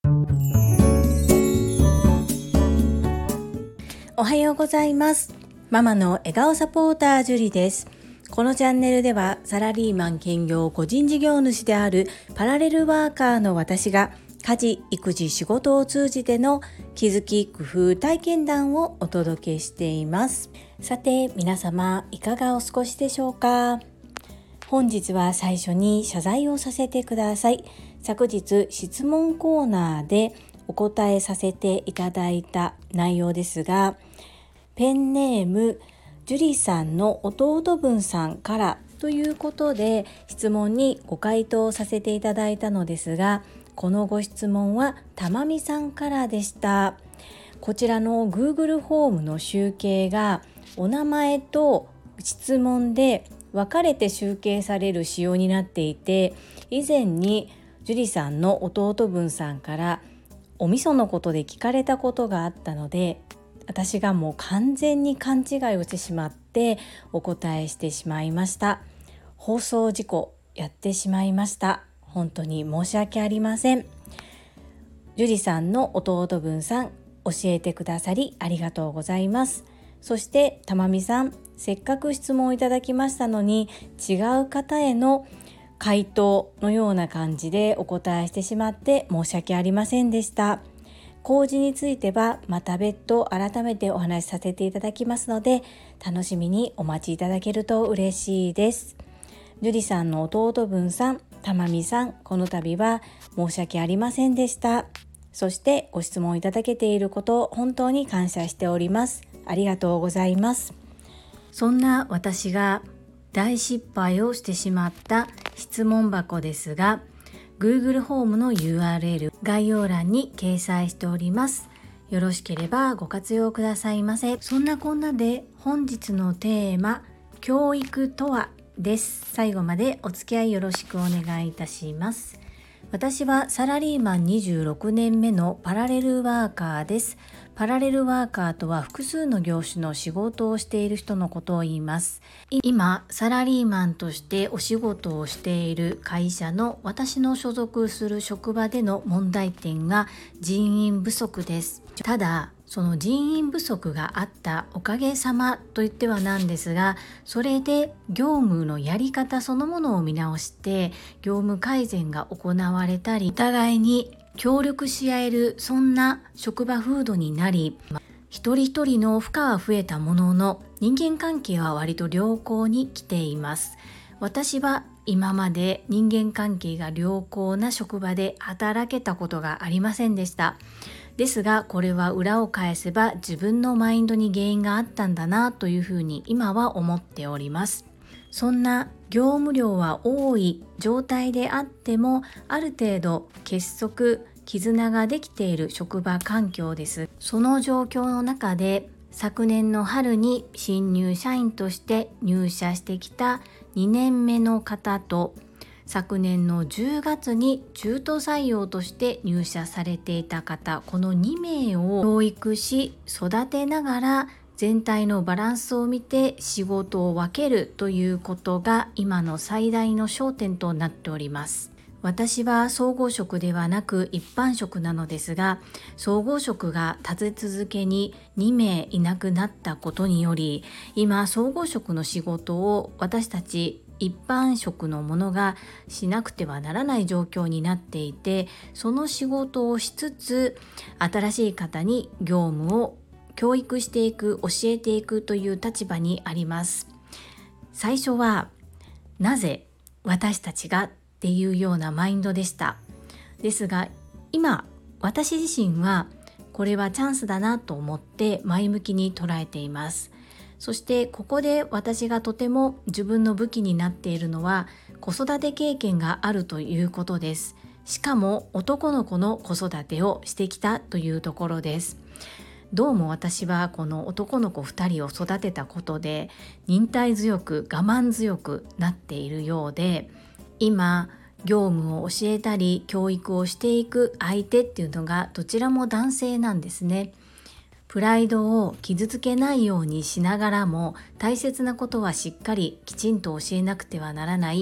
おはようございます。ママの笑顔サポータージュリです。このチャンネルではサラリーマン兼業個人事業主であるパラレルワーカーの私が家事・育児・仕事を通じての気づき・工夫・体験談をお届けしています。さて皆様いかがお過ごしでしょうか。本日は最初に謝罪をさせてください。昨日質問コーナーでお答えさせていただいた内容ですが、ペンネームジュリさんの弟分さんからということで質問にご回答させていただいたのですが、このご質問はたまみさんからでした。こちらの Google フォームの集計がお名前と質問で分かれて集計される仕様になっていて、以前にジュリさんの弟分さんからお味噌のことで聞かれたことがあったので、私がもう完全に勘違いをしてしまってお答えしてしまいました。放送事故やってしまいました。本当に申し訳ありません。ジュリさんの弟分さん、教えてくださりありがとうございます。そしてたまみさん、せっかく質問をいただきましたのに違う方への回答のような感じでお答えしてしまって申し訳ありませんでした。工事についてはまた別途改めてお話しさせていただきますので、楽しみにお待ちいただけると嬉しいです。ジュリさんの弟分さん、たまみさん、この度は申し訳ありませんでした。そしてご質問いただけていること本当に感謝しております。ありがとうございます。そんな私が大失敗をしてしまった質問箱ですが、Google フォームの URL 概要欄に掲載しております。よろしければご活用くださいませ。そんなこんなで本日のテーマ、教育とはです。最後までお付き合いよろしくお願いいたします。私はサラリーマン26年目のパラレルワーカーです。パラレルワーカーとは複数の業種の仕事をしている人のことを言います。今、サラリーマンとしてお仕事をしている会社の私の所属する職場での問題点が人員不足です。ただ、その人員不足があったおかげさまと言ってはなんですが、それで業務のやり方そのものを見直して業務改善が行われたり、お互いに協力し合える、そんな職場風土になり、一人一人の負荷は増えたものの人間関係は割と良好に来ています。私は今まで人間関係が良好な職場で働けたことがありませんでした。ですがこれは裏を返せば自分のマインドに原因があったんだなというふうに今は思っております。そんな業務量は多い状態であってもある程度結束、絆ができている職場環境です。その状況の中で昨年の春に新入社員として入社してきた2年目の方と、昨年の10月に中途採用として入社されていた方、この2名を教育し育てながら全体のバランスを見て仕事を分けるということが今の最大の焦点となっております。私は総合職ではなく一般職なのですが、総合職が立て続けに2名いなくなったことにより、今総合職の仕事を私たち一般職のものがしなくてはならない状況になっていて、その仕事をしつつ新しい方に業務を教育していく、教えていくという立場にあります。最初はなぜ私たちがっていうようなマインドでした。ですが今私自身はこれはチャンスだなと思って前向きに捉えています。そしてここで私がとても自分の武器になっているのは子育て経験があるということです。しかも男の子の子育てをしてきたというところです。どうも私はこの男の子2人を育てたことで忍耐強く我慢強くなっているようで、今業務を教えたり教育をしていく相手っていうのがどちらも男性なんですね。プライドを傷つけないようにしながらも大切なことはしっかりきちんと教えなくてはならないっ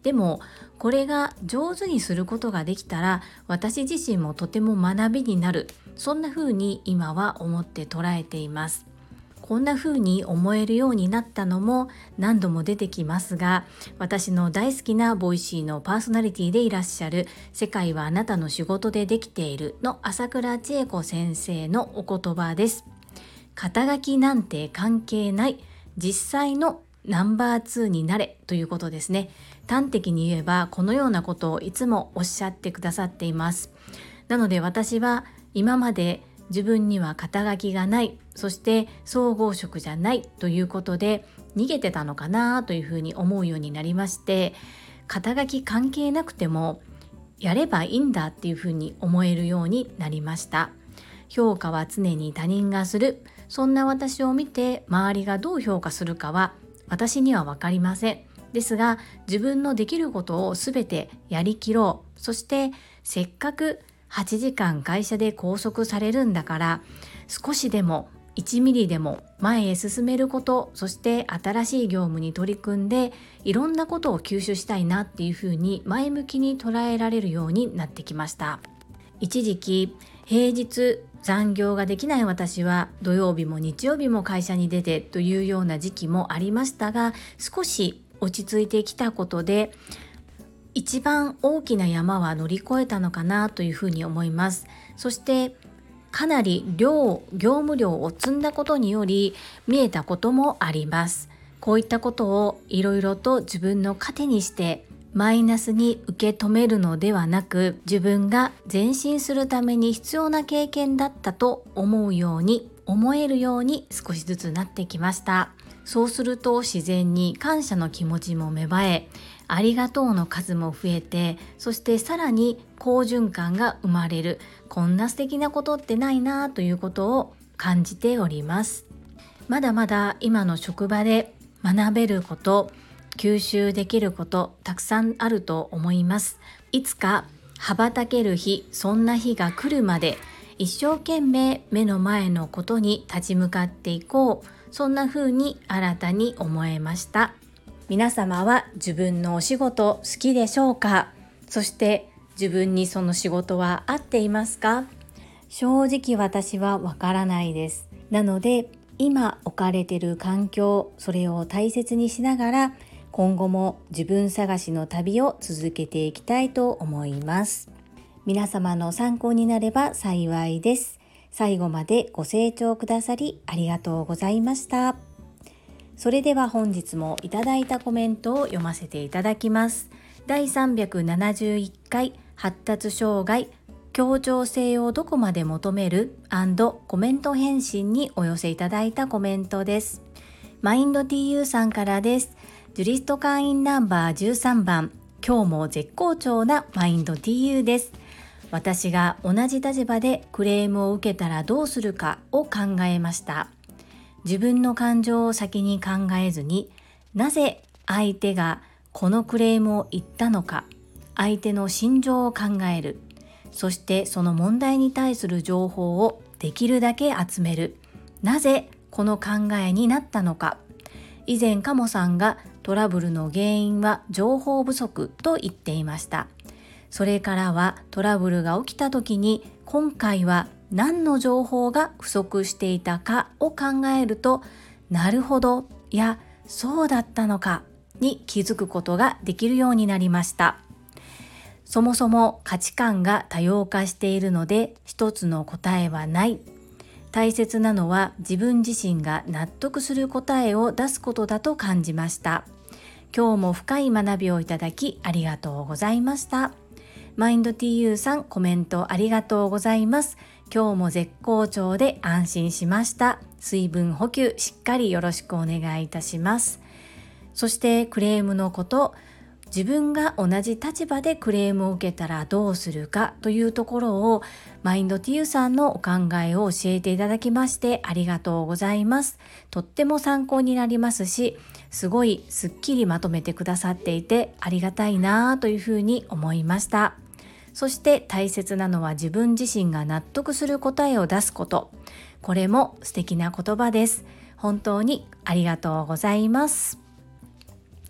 でもこれが上手にすることができたら私自身もとても学びになる、そんな風に今は思って捉えています。こんな風に思えるようになったのも何度も出てきますが、私の大好きなボイシーのパーソナリティでいらっしゃる世界はあなたの仕事でできているの朝倉千恵子先生のお言葉です。肩書きなんて関係ない、実際のナンバー2になれということですね。端的に言えばこのようなことをいつもおっしゃってくださっています。なので私は今まで自分には肩書きがない、そして総合職じゃないということで逃げてたのかなというふうに思うようになりまして、肩書き関係なくてもやればいいんだっていうふうに思えるようになりました。評価は常に他人がする、そんな私を見て周りがどう評価するかは私には分かりません。ですが自分のできることをすべてやりきろう。そしてせっかく8時間会社で拘束されるんだから、少しでも1ミリでも前へ進めること、そして新しい業務に取り組んでいろんなことを吸収したいなっていうふうに前向きに捉えられるようになってきました。一時期平日残業ができない私は土曜日も日曜日も会社に出てというような時期もありましたが、少し落ち着いてきたことで一番大きな山は乗り越えたのかなというふうに思います。そしてかなり業務量を積んだことにより見えたこともあります。こういったことをいろいろと自分の糧にしてマイナスに受け止めるのではなく、自分が前進するために必要な経験だったと思えるように少しずつなってきました。そうすると自然に感謝の気持ちも芽生え、ありがとうの数も増えて、そしてさらに好循環が生まれる、こんな素敵なことってないなということを感じております。まだまだ今の職場で学べること、吸収できることたくさんあると思います。いつか羽ばたける日、そんな日が来るまで一生懸命目の前のことに立ち向かっていこう、そんな風に新たに思えました。皆様は自分のお仕事好きでしょうか？そして自分にその仕事は合っていますか？正直私はわからないです。なので今置かれている環境、それを大切にしながら今後も自分探しの旅を続けていきたいと思います。皆様の参考になれば幸いです。最後までご清聴くださりありがとうございました。それでは本日もいただいたコメントを読ませていただきます。第371回発達障害協調性をどこまで求める&コメント返信にお寄せいただいたコメントです。マインド TU さんからです。ジュリスト会員ナンバー13番、今日も絶好調なマインド TU です。私が同じ立場でクレームを受けたらどうするかを考えました。自分の感情を先に考えずに、なぜ相手がこのクレームを言ったのか、相手の心情を考える。そしてその問題に対する情報をできるだけ集める。なぜこの考えになったのか。以前カモさんがトラブルの原因は情報不足と言っていました。それからはトラブルが起きた時に今回は何の情報が不足していたかを考えると、なるほど、いやそうだったのかに気づくことができるようになりました。そもそも価値観が多様化しているので一つの答えはない。大切なのは自分自身が納得する答えを出すことだと感じました。今日も深い学びをいただきありがとうございました。マインド TU さん、コメントありがとうございます。今日も絶好調で安心しました。水分補給しっかりよろしくお願いいたします。そしてクレームのこと、自分が同じ立場でクレームを受けたらどうするかというところをマインド TU さんのお考えを教えていただきましてありがとうございます。とっても参考になりますし、すごいすっきりまとめてくださっていてありがたいなというふうに思いました。そして大切なのは自分自身が納得する答えを出すこと。これも素敵な言葉です。本当にありがとうございます。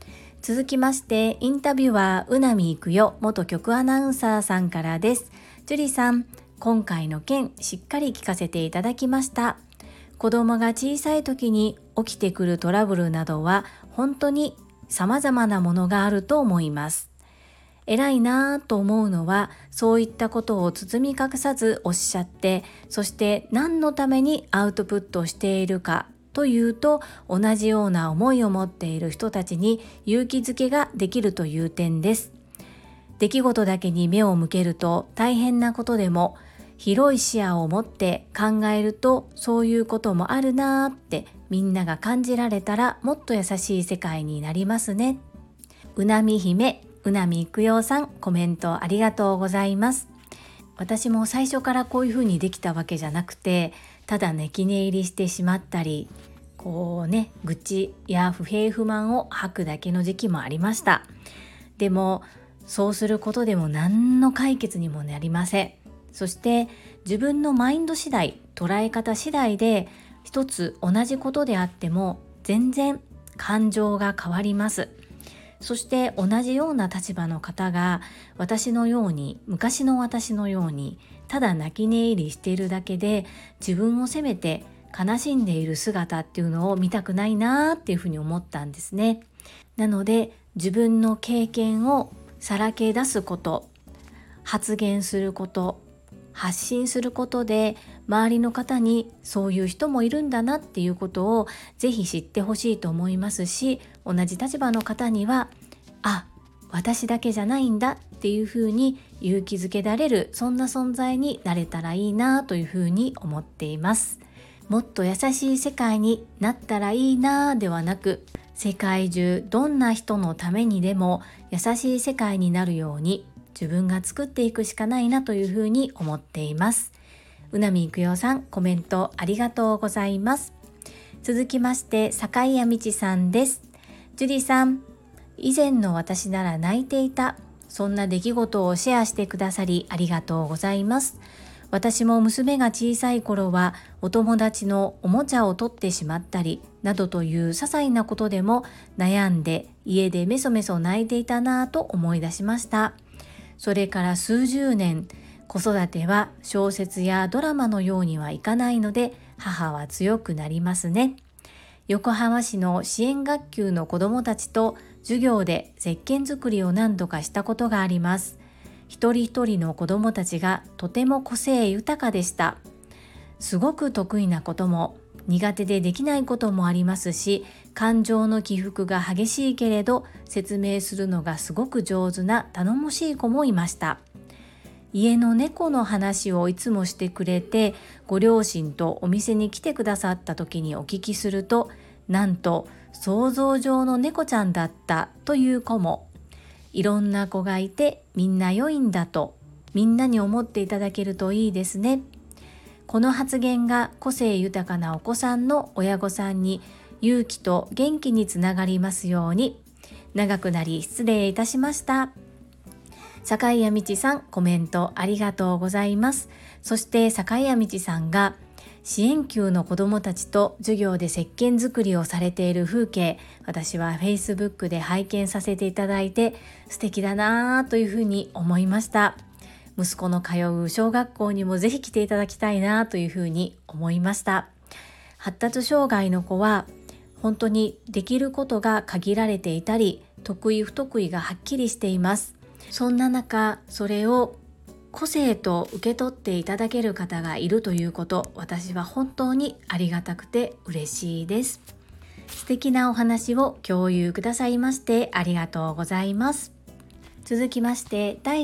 続きましてインタビュアーうなみいくよ元局アナウンサーさんからです。ジュリさん、今回の件しっかり聞かせていただきました。子供が小さい時に起きてくるトラブルなどは本当に様々なものがあると思います。偉いなぁと思うのは、そういったことを包み隠さずおっしゃって、そして何のためにアウトプットしているかというと、同じような思いを持っている人たちに勇気づけができるという点です。出来事だけに目を向けると大変なことでも、広い視野を持って考えるとそういうこともあるなーってみんなが感じられたら、もっと優しい世界になりますね。うなみ姫うなみいくよさん、コメントありがとうございます。私も最初からこういう風にできたわけじゃなくて、ただね気寝入りしてしまったり、愚痴や不平不満を吐くだけの時期もありました。でもそうすることでも何の解決にもなりません。そして自分のマインド次第、捉え方次第で一つ同じことであっても全然感情が変わります。そして同じような立場の方が昔の私のようにただ泣き寝入りしているだけで自分を責めて悲しんでいる姿っていうのを見たくないなっていうふうに思ったんですね。なので自分の経験をさらけ出すこと、発言すること、発信することで周りの方にそういう人もいるんだなっていうことをぜひ知ってほしいと思いますし、同じ立場の方には私だけじゃないんだっていうふうに勇気づけられる、そんな存在になれたらいいなというふうに思っています。もっと優しい世界になったらいいなではなく、世界中どんな人のためにでも優しい世界になるように自分が作っていくしかないなというふうに思っています。うなみいくよさん、コメントありがとうございます。続きまして坂井谷道さんです。ジュリさん、以前の私なら泣いていた、そんな出来事をシェアしてくださりありがとうございます。私も娘が小さい頃はお友達のおもちゃを取ってしまったりなどという些細なことでも悩んで家でメソメソ泣いていたなぁと思い出しました。それから数十年、子育ては小説やドラマのようにはいかないので母は強くなりますね。横浜市の支援学級の子どもたちと授業で石鹸作りを何度かしたことがあります。一人一人の子どもたちがとても個性豊かでした。すごく得意なことも苦手でできないこともありますし、感情の起伏が激しいけれど説明するのがすごく上手な頼もしい子もいました。家の猫の話をいつもしてくれて、ご両親とお店に来てくださった時にお聞きすると、なんと想像上の猫ちゃんだったという子も、いろんな子がいてみんな良いんだとみんなに思っていただけるといいですね。この発言が個性豊かなお子さんの親御さんに勇気と元気につながりますように。長くなり失礼いたしました。坂井谷道さん、コメントありがとうございます。そして坂井谷道さんが支援級の子どもたちと授業で石鹸作りをされている風景、私は Facebook で拝見させていただいて素敵だなというふうに思いました。息子の通う小学校にもぜひ来ていただきたいなというふうに思いました。発達障害の子は本当にできることが限られていたり、得意不得意がはっきりしています。そんな中、それを個性と受け取っていただける方がいるということ、私は本当にありがたくて嬉しいです。素敵なお話を共有くださいましてありがとうございます。続きまして第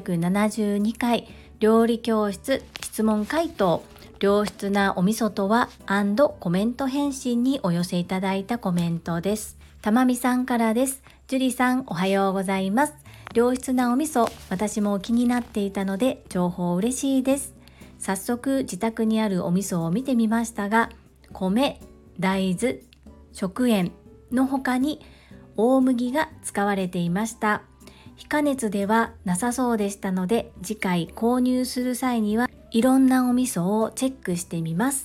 372回料理教室質問回答、良質なお味噌とは&コメント返信にお寄せいただいたコメントです。たまみさんからです。ジュリさん、おはようございます。良質なお味噌、私も気になっていたので情報嬉しいです。早速自宅にあるお味噌を見てみましたが、米、大豆、食塩の他に大麦が使われていました。非加熱ではなさそうでしたので、次回購入する際にはいろんなお味噌をチェックしてみます。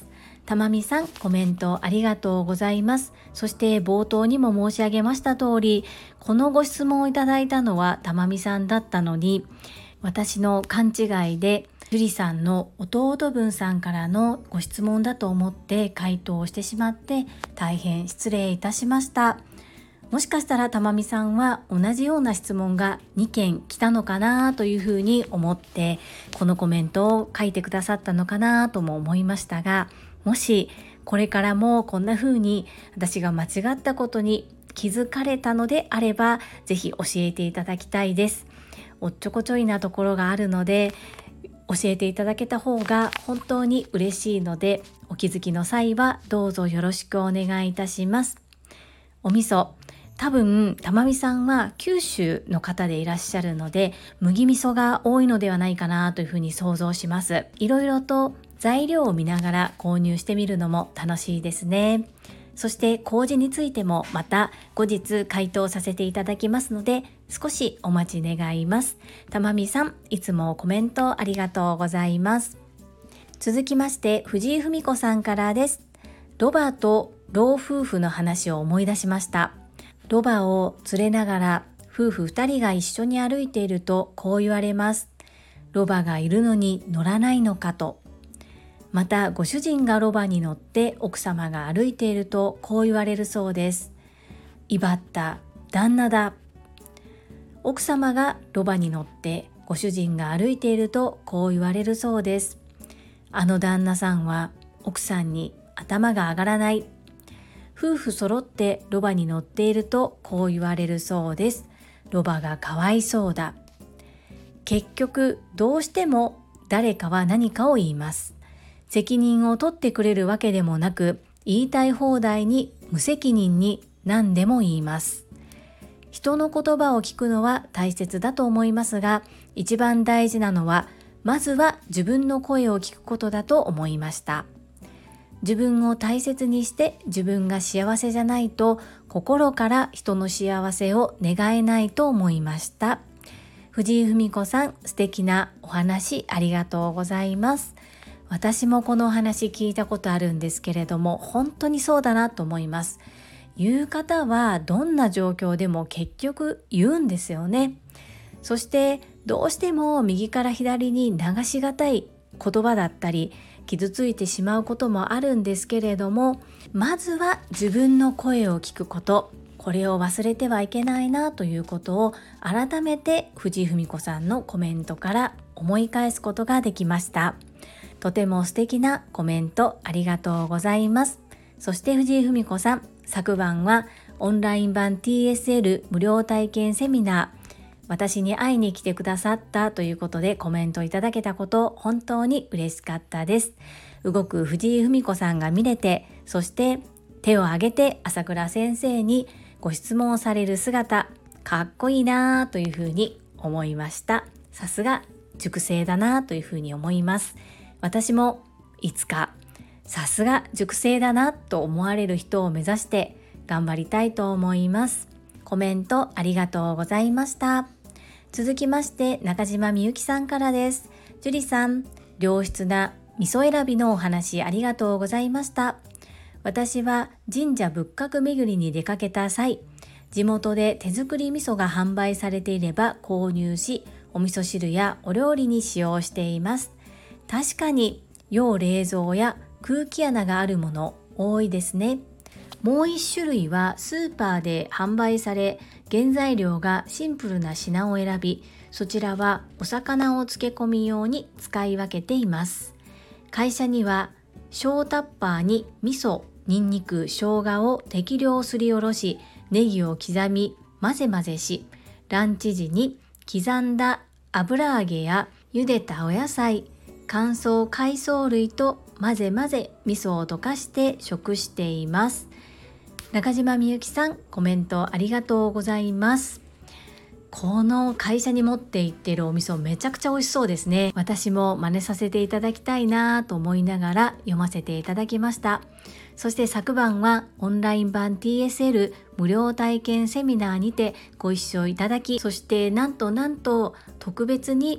たまみさん、コメントありがとうございます。そして冒頭にも申し上げました通り、このご質問をいただいたのはたまみさんだったのに、私の勘違いでゆりさんの弟分さんからのご質問だと思って回答をしてしまって大変失礼いたしました。もしかしたらたまみさんは同じような質問が2件来たのかなというふうに思ってこのコメントを書いてくださったのかなとも思いましたが、もしこれからもこんな風に私が間違ったことに気づかれたのであれば、ぜひ教えていただきたいです。おっちょこちょいなところがあるので教えていただけた方が本当に嬉しいので、お気づきの際はどうぞよろしくお願いいたします。お味噌、多分たまみさんは九州の方でいらっしゃるので麦味噌が多いのではないかなというふうに想像します。いろいろと材料を見ながら購入してみるのも楽しいですね。そして麹についてもまた後日回答させていただきますので少しお待ち願います。たまみさん、いつもコメントありがとうございます。続きまして藤井文子さんからです。ロバと老夫婦の話を思い出しました。ロバを連れながら夫婦2人が一緒に歩いているとこう言われます。ロバがいるのに乗らないのかと。またご主人がロバに乗って奥様が歩いているとこう言われるそうです。威張った旦那だ。奥様がロバに乗ってご主人が歩いているとこう言われるそうです。あの旦那さんは奥さんに頭が上がらない。夫婦揃ってロバに乗っているとこう言われるそうです。ロバがかわいそうだ。結局どうしても誰かは何かを言います。責任を取ってくれるわけでもなく、言いたい放題に無責任に何でも言います。人の言葉を聞くのは大切だと思いますが、一番大事なのはまずは自分の声を聞くことだと思いました。自分を大切にして自分が幸せじゃないと心から人の幸せを願えないと思いました。藤井文子さん、素敵なお話ありがとうございます。私もこのお話聞いたことあるんですけれども、本当にそうだなと思います。言う方はどんな状況でも結局言うんですよね。そしてどうしても右から左に流しがたい言葉だったり傷ついてしまうこともあるんですけれども、まずは自分の声を聞くこと、これを忘れてはいけないなということを改めて藤井文子さんのコメントから思い返すことができました。とても素敵なコメントありがとうございます。そして藤井文子さん、昨晩はオンライン版 TSL 無料体験セミナー、私に会いに来てくださったということでコメントいただけたこと、本当に嬉しかったです。動く藤井文子さんが見れて、そして手を挙げて朝倉先生にご質問をされる姿、かっこいいなというふうに思いました。さすが塾生だなというふうに思います。私もいつかさすが塾生だなと思われる人を目指して頑張りたいと思います。コメントありがとうございました。続きまして中島みゆきさんからです。ジュリさん、良質な味噌選びのお話ありがとうございました。私は神社仏閣巡りに出かけた際、地元で手作り味噌が販売されていれば購入し、お味噌汁やお料理に使用しています。確かに要冷蔵や空気穴があるもの多いですね。もう一種類はスーパーで販売され、原材料がシンプルな品を選び、そちらはお魚を漬け込み用に使い分けています。会社には小タッパーに味噌、ニンニク、生姜を適量すりおろし、ネギを刻み混ぜ混ぜし、ランチ時に刻んだ油揚げや茹でたお野菜、乾燥海藻類と混ぜ混ぜ味噌を溶かして食しています。中島みゆきさん、コメントありがとうございます。この会社に持って行っているお味噌めちゃくちゃ美味しそうですね。私も真似させていただきたいなと思いながら読ませていただきました。そして昨晩はオンライン版 TSL 無料体験セミナーにてご一緒いただき、そしてなんと特別に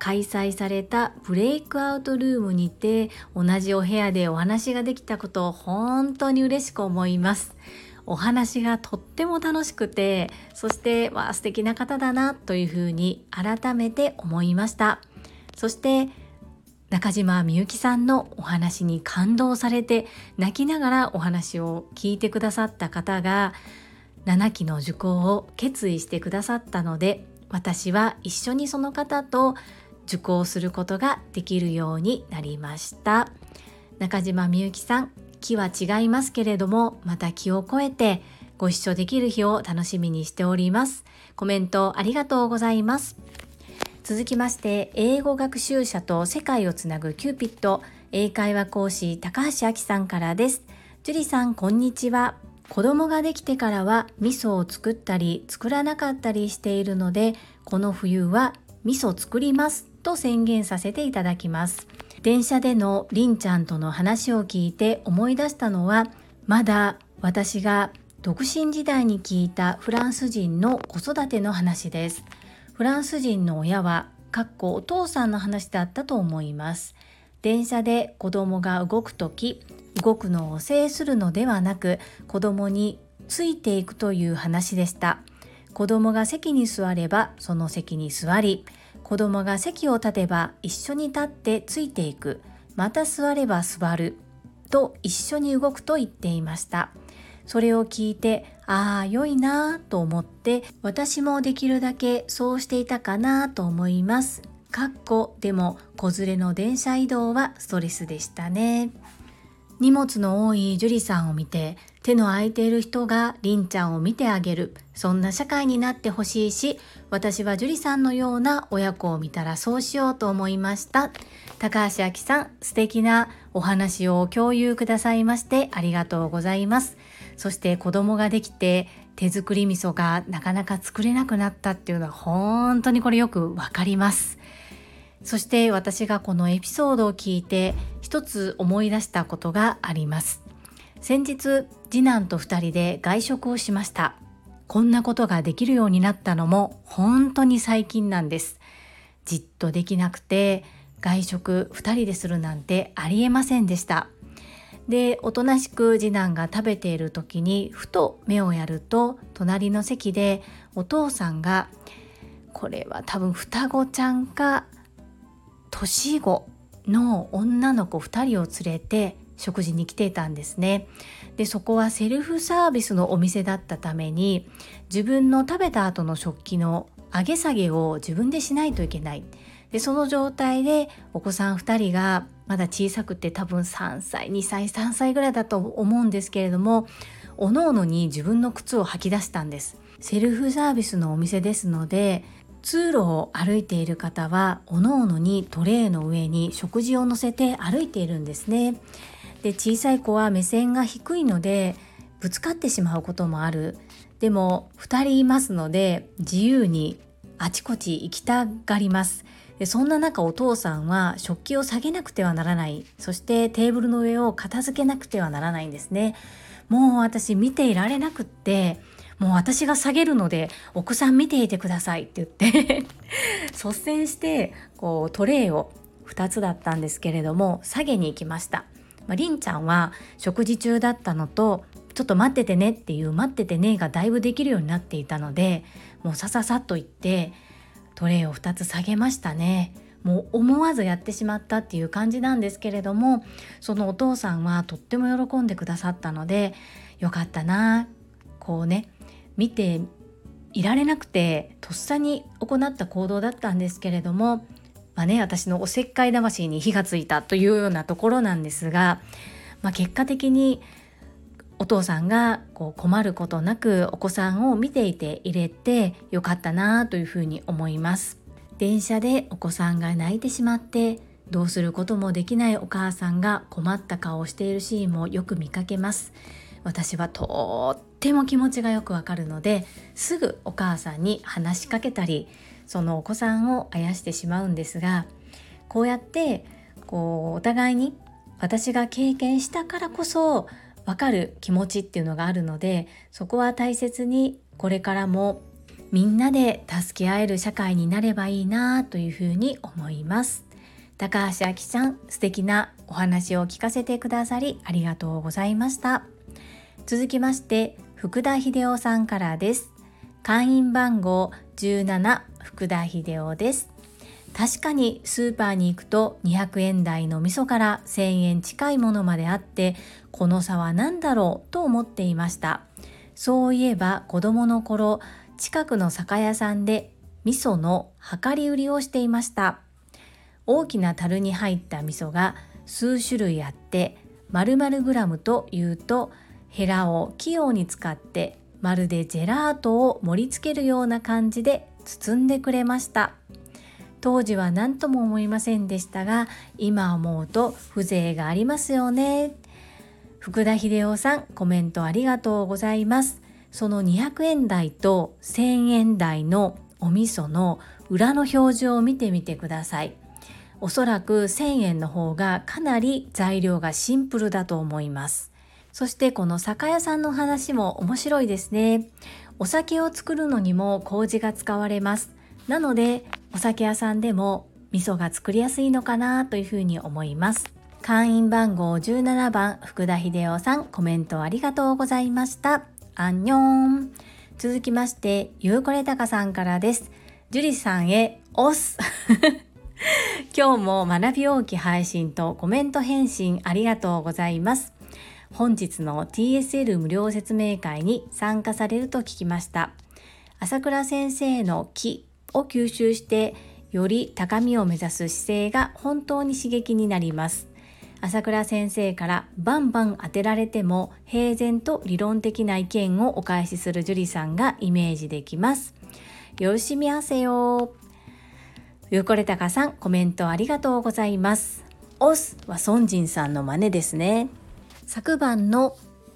開催されたブレイクアウトルームにて同じお部屋でお話ができたことを本当に嬉しく思います。お話がとっても楽しくて、そして素敵な方だなというふうに改めて思いました。そして中島みゆきさんのお話に感動されて泣きながらお話を聞いてくださった方が7期の受講を決意してくださったので、私は一緒にその方と受講することができるようになりました。中島みゆきさん、期は違いますけれども、また期を超えてご一緒できる日を楽しみにしております。コメントありがとうございます。続きまして、英語学習者と世界をつなぐキューピッド英会話講師高橋明さんからです。ジュリさん、こんにちは。子供ができてからは味噌を作ったり作らなかったりしているので、この冬は味噌作りますと宣言させていただきます。電車でのりんちゃんとの話を聞いて思い出したのは、まだ私が独身時代に聞いたフランス人の子育ての話です。フランス人の親はお父さんの話だったと思います。電車で子供が動くとき、動くのを制するのではなく、子供についていくという話でした。子供が席に座ればその席に座り、子供が席を立てば一緒に立ってついていく、また座れば座ると一緒に動くと言っていました。それを聞いて、良いなと思って、私もできるだけそうしていたかなと思います。でも子連れの電車移動はストレスでしたね。荷物の多いジュリさんを見て、手の空いている人がりんちゃんを見てあげる、そんな社会になってほしいし、私はジュリさんのような親子を見たらそうしようと思いました。高橋明さん、素敵なお話を共有くださいましてありがとうございます。そして子供ができて手作り味噌がなかなか作れなくなったっていうのは本当にこれよくわかります。そして私がこのエピソードを聞いて一つ思い出したことがあります。先日次男と2人で外食をしました。こんなことができるようになったのも本当に最近なんです。じっとできなくて外食2人でするなんてありえませんでした。で、おとなしく次男が食べている時にふと目をやると、隣の席でお父さんが、これは多分双子ちゃんか年子の女の子2人を連れて食事に来ていたんですね。で、そこはセルフサービスのお店だったために、自分の食べた後の食器の上げ下げを自分でしないといけない。で、その状態でお子さん2人がまだ小さくて、多分3歳2歳3歳ぐらいだと思うんですけれども、おのおのに自分の靴を履き出したんです。セルフサービスのお店ですので、通路を歩いている方はおのおのにトレイの上に食事を乗せて歩いているんですね。で、小さい子は目線が低いのでぶつかってしまうこともある。でも2人いますので自由にあちこち行きたがります。で、そんな中お父さんは食器を下げなくてはならない。そしてテーブルの上を片付けなくてはならないんですね。もう私見ていられなくって、もう私が下げるのでお子さん見ていてくださいって言って率先してトレイを2つだったんですけれども下げに行きました。りんちゃんは食事中だったのと、ちょっと待っててねっていう待っててねがだいぶできるようになっていたので、もうさささっと行ってトレイを2つ下げましたね。もう思わずやってしまったっていう感じなんですけれども、そのお父さんはとっても喜んでくださったので、よかったな、見ていられなくてとっさに行った行動だったんですけれども、私のおせっかい魂に火がついたというようなところなんですが、結果的にお父さんが困ることなくお子さんを見ていて入れてよかったなというふうに思います。電車でお子さんが泣いてしまってどうすることもできないお母さんが困った顔をしているシーンもよく見かけます。私はとっても気持ちがよくわかるので、すぐお母さんに話しかけたり、そのお子さんをあやしてしまうんですが、こうやってお互いに私が経験したからこそわかる気持ちっていうのがあるので、そこは大切にこれからもみんなで助け合える社会になればいいなというふうに思います。高橋明ちゃん、素敵なお話を聞かせてくださりありがとうございました。続きまして福田秀夫さんからです。会員番号17、福田秀夫です。確かにスーパーに行くと200円台の味噌から1000円近いものまであって、この差は何だろうと思っていました。そういえば子供の頃、近くの酒屋さんで味噌の量り売りをしていました。大きな樽に入った味噌が数種類あって、〇〇グラムというとヘラを器用に使ってまるでジェラートを盛り付けるような感じで包んでくれました。当時は何とも思いませんでしたが、今思うと風情がありますよね。福田秀夫さん、コメントありがとうございます。その200円台と1000円台のお味噌の裏の表示を見てみてください。おそらく1000円の方がかなり材料がシンプルだと思います。そしてこの酒屋さんの話も面白いですね。お酒を作るのにも麹が使われます。なのでお酒屋さんでも味噌が作りやすいのかなというふうに思います。会員番号17番福田秀夫さん、コメントありがとうございました。アンニョン。続きましてゆうこれたかさんからです。ジュリさんへオス今日も学び大き配信とコメント返信ありがとうございます。本日の TSL 無料説明会に参加されると聞きました。朝倉先生の気を吸収してより高みを目指す姿勢が本当に刺激になります。朝倉先生からバンバン当てられても平然と理論的な意見をお返しするジュリさんがイメージできます。よろしみあせよ。ゆうこれたかさん、コメントありがとうございます。オスは孫仁さんの真似ですね。昨晩の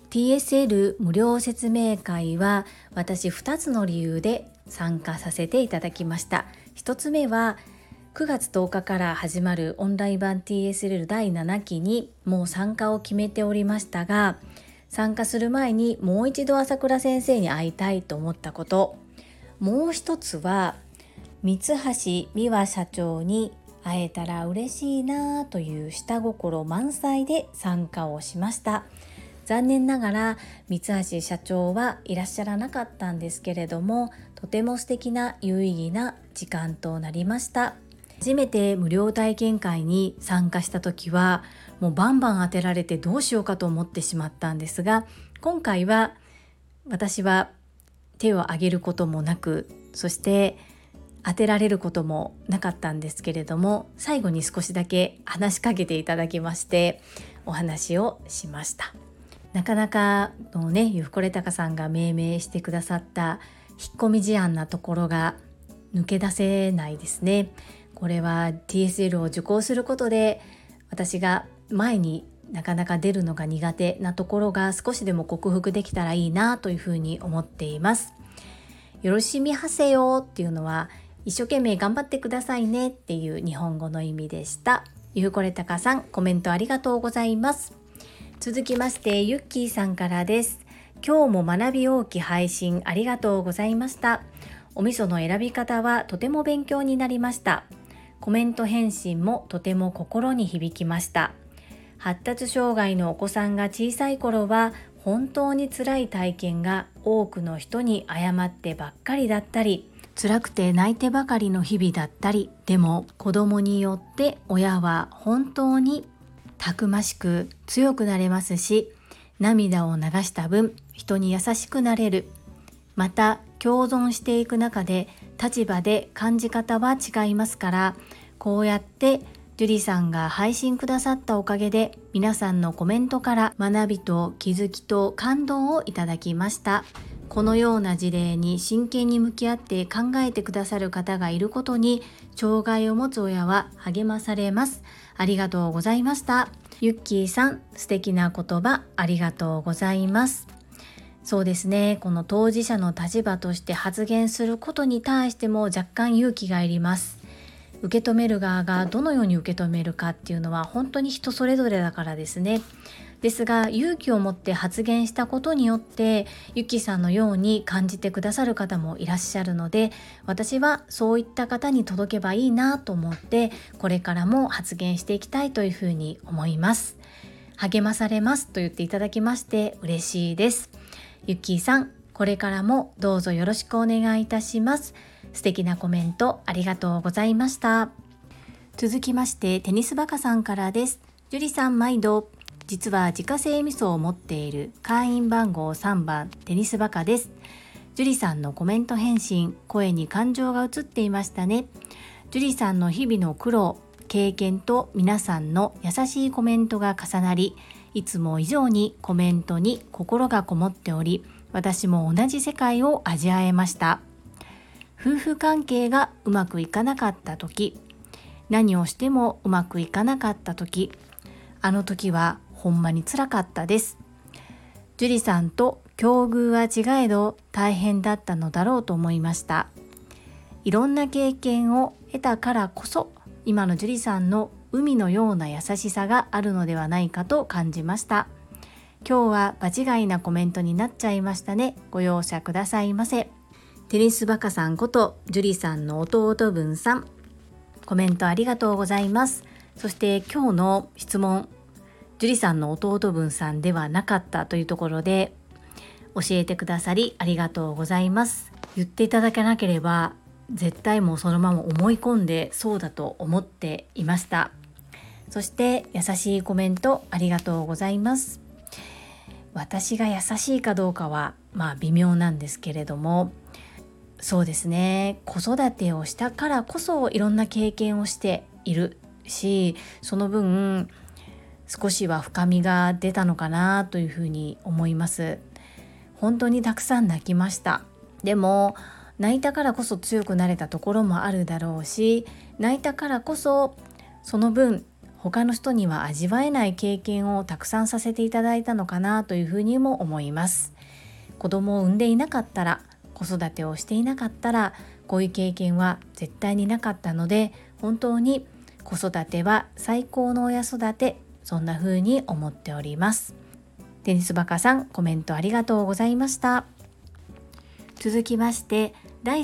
TSL 無料説明会は私2つの理由で参加させていただきました。1つ目は9月10日から始まるオンライン版 TSL 第7期にもう参加を決めておりましたが、参加する前にもう一度朝倉先生に会いたいと思ったこと、もう一つは三橋美和社長に会えたら嬉しいなという下心満載で参加をしました。残念ながら三橋社長はいらっしゃらなかったんですけれども、とても素敵な有意義な時間となりました。初めて無料体験会に参加した時はもうバンバン当てられてどうしようかと思ってしまったんですが、今回は私は手を挙げることもなく、そして当てられることもなかったんですけれども、最後に少しだけ話しかけていただきましてお話をしました。なかなかのね、ゆふこれたかさんが命名してくださった引っ込み思案なところが抜け出せないですね。これは TSL を受講することで私が前になかなか出るのが苦手なところが少しでも克服できたらいいなというふうに思っています。よろしみはせよっていうのは一生懸命頑張ってくださいねっていう日本語の意味でした。ゆうこれたかさん、コメントありがとうございます。続きましてゆっきーさんからです。今日も学び大き配信ありがとうございました。お味噌の選び方はとても勉強になりました。コメント返信もとても心に響きました。発達障害のお子さんが小さい頃は本当に辛い体験が多くの人に謝ってばっかりだったり、辛くて泣いてばかりの日々だったり、でも子供によって親は本当にたくましく強くなれますし、涙を流した分人に優しくなれる。また共存していく中で立場で感じ方は違いますから、こうやってジュリさんが配信くださったおかげで皆さんのコメントから学びと気づきと感動をいただきました。このような事例に真剣に向き合って考えてくださる方がいることに障害を持つ親は励まされます。ありがとうございました。ゆっきーさん、素敵な言葉ありがとうございます。そうですね、この当事者の立場として発言することに対しても若干勇気がいります。 受け止める側がどのように受け止めるかっていうのは本当に人それぞれだからですね。ですが勇気を持って発言したことによってゆきさんのように感じてくださる方もいらっしゃるので、私はそういった方に届けばいいなと思ってこれからも発言していきたいというふうに思います。励まされますと言っていただきまして嬉しいです。ゆきさん、これからもどうぞよろしくお願いいたします。素敵なコメントありがとうございました。続きましてテニスバカさんからです。ジュリさん毎度、実は自家製味噌を持っている会員番号3番テニスバカです。ジュリさんのコメント返信、声に感情が映っていましたね。ジュリさんの日々の苦労、経験と皆さんの優しいコメントが重なり、いつも以上にコメントに心がこもっており、私も同じ世界を味わえました。夫婦関係がうまくいかなかった時、何をしてもうまくいかなかった時、あの時はほんまにつらかったです。ジュリさんと境遇は違えど大変だったのだろうと思いました。いろんな経験を得たからこそ今のジュリさんの海のような優しさがあるのではないかと感じました。今日は場違いなコメントになっちゃいましたね。ご容赦くださいませ。テニスバカさんことジュリさんの弟分さん、コメントありがとうございます。そして今日の質問、ジュリさんの弟分さんではなかったというところで教えてくださりありがとうございます。言っていただけなければ絶対もうそのまま思い込んでそうだと思っていました。そして優しいコメントありがとうございます。私が優しいかどうかは微妙なんですけれども、そうですね、子育てをしたからこそいろんな経験をしているし、その分少しは深みが出たのかなというふうに思います。本当にたくさん泣きました。でも泣いたからこそ強くなれたところもあるだろうし、泣いたからこそその分他の人には味わえない経験をたくさんさせていただいたのかなというふうにも思います。子供を産んでいなかったら、子育てをしていなかったら、こういう経験は絶対になかったので、本当に子育ては最高の親育て、そんな風に思っております。テニスバカさん、コメントありがとうございました。続きまして第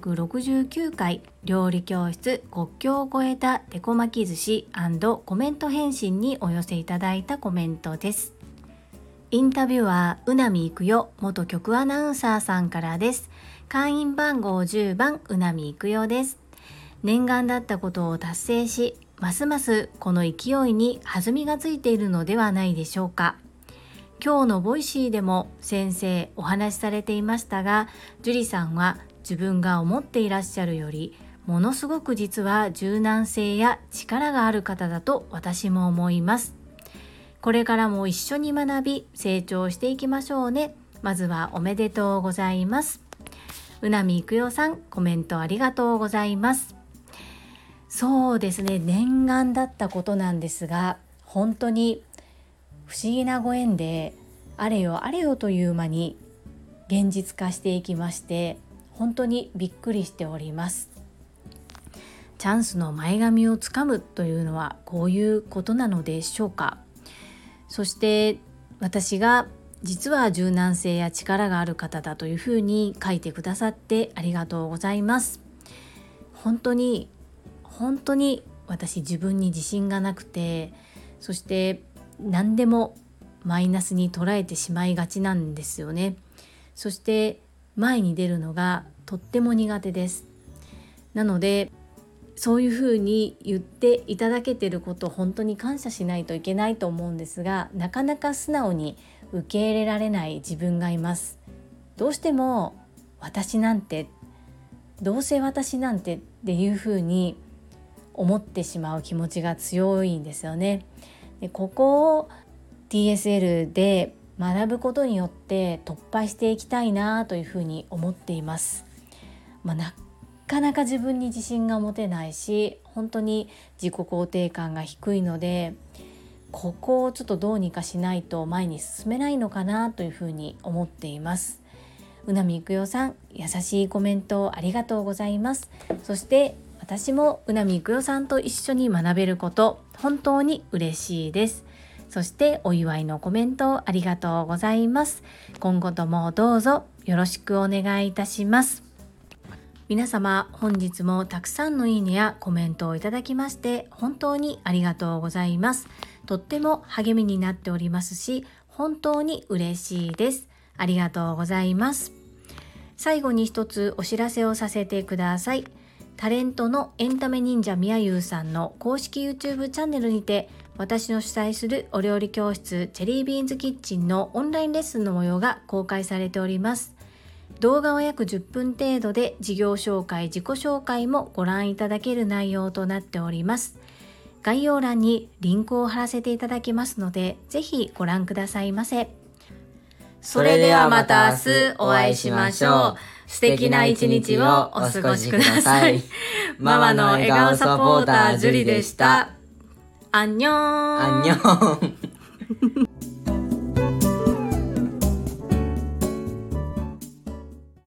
369回料理教室国境を越えたてこ巻き寿司&コメント返信にお寄せいただいたコメントです。インタビュアーうなみいくよ元局アナウンサーさんからです。会員番号10番うなみいくよです。念願だったことを達成し、ますますこの勢いに弾みがついているのではないでしょうか。今日のボイシーでも先生お話しされていましたが、ジュリさんは自分が思っていらっしゃるよりものすごく実は柔軟性や力がある方だと私も思います。これからも一緒に学び成長していきましょうね。まずはおめでとうございます。うなみいくよさん、コメントありがとうございます。そうですね、念願だったことなんですが、本当に不思議なご縁であれよあれよという間に現実化していきまして、本当にびっくりしております。チャンスの前髪をつかむというのはこういうことなのでしょうか。そして私が実は柔軟性や力がある方だというふうに書いてくださってありがとうございます。本当に私自分に自信がなくて、そして何でもマイナスに捉えてしまいがちなんですよね。そして前に出るのがとっても苦手です。なのでそういうふうに言っていただけてることを本当に感謝しないといけないと思うんですが、なかなか素直に受け入れられない自分がいます。どうしても私なんて、どうせ私なんてっていうふうに思ってしまう気持ちが強いんですよね。でここを TSL で学ぶことによって突破していきたいなというふうに思っています。なかなか自分に自信が持てないし、本当に自己肯定感が低いので、ここをちょっとどうにかしないと前に進めないのかなというふうに思っています。うなみいくよさん、優しいコメントありがとうございます。そして私もうなみくよさんと一緒に学べること本当に嬉しいです。そしてお祝いのコメントありがとうございます。今後ともどうぞよろしくお願いいたします。皆様本日もたくさんのいいねやコメントをいただきまして本当にありがとうございます。とっても励みになっておりますし、本当に嬉しいです。ありがとうございます。最後に一つお知らせをさせてください。タレントのエンタメ忍者みやゆうさんの公式 YouTube チャンネルにて、私の主催するお料理教室チェリービーンズキッチンのオンラインレッスンの模様が公開されております。動画は約10分程度で、事業紹介、自己紹介もご覧いただける内容となっております。概要欄にリンクを貼らせていただきますので、ぜひご覧くださいませ。それではまた明日お会いしましょう。素敵な一日をお過ごしください。ママの笑顔サポータージュリでした。アンニョン。 アンニョン。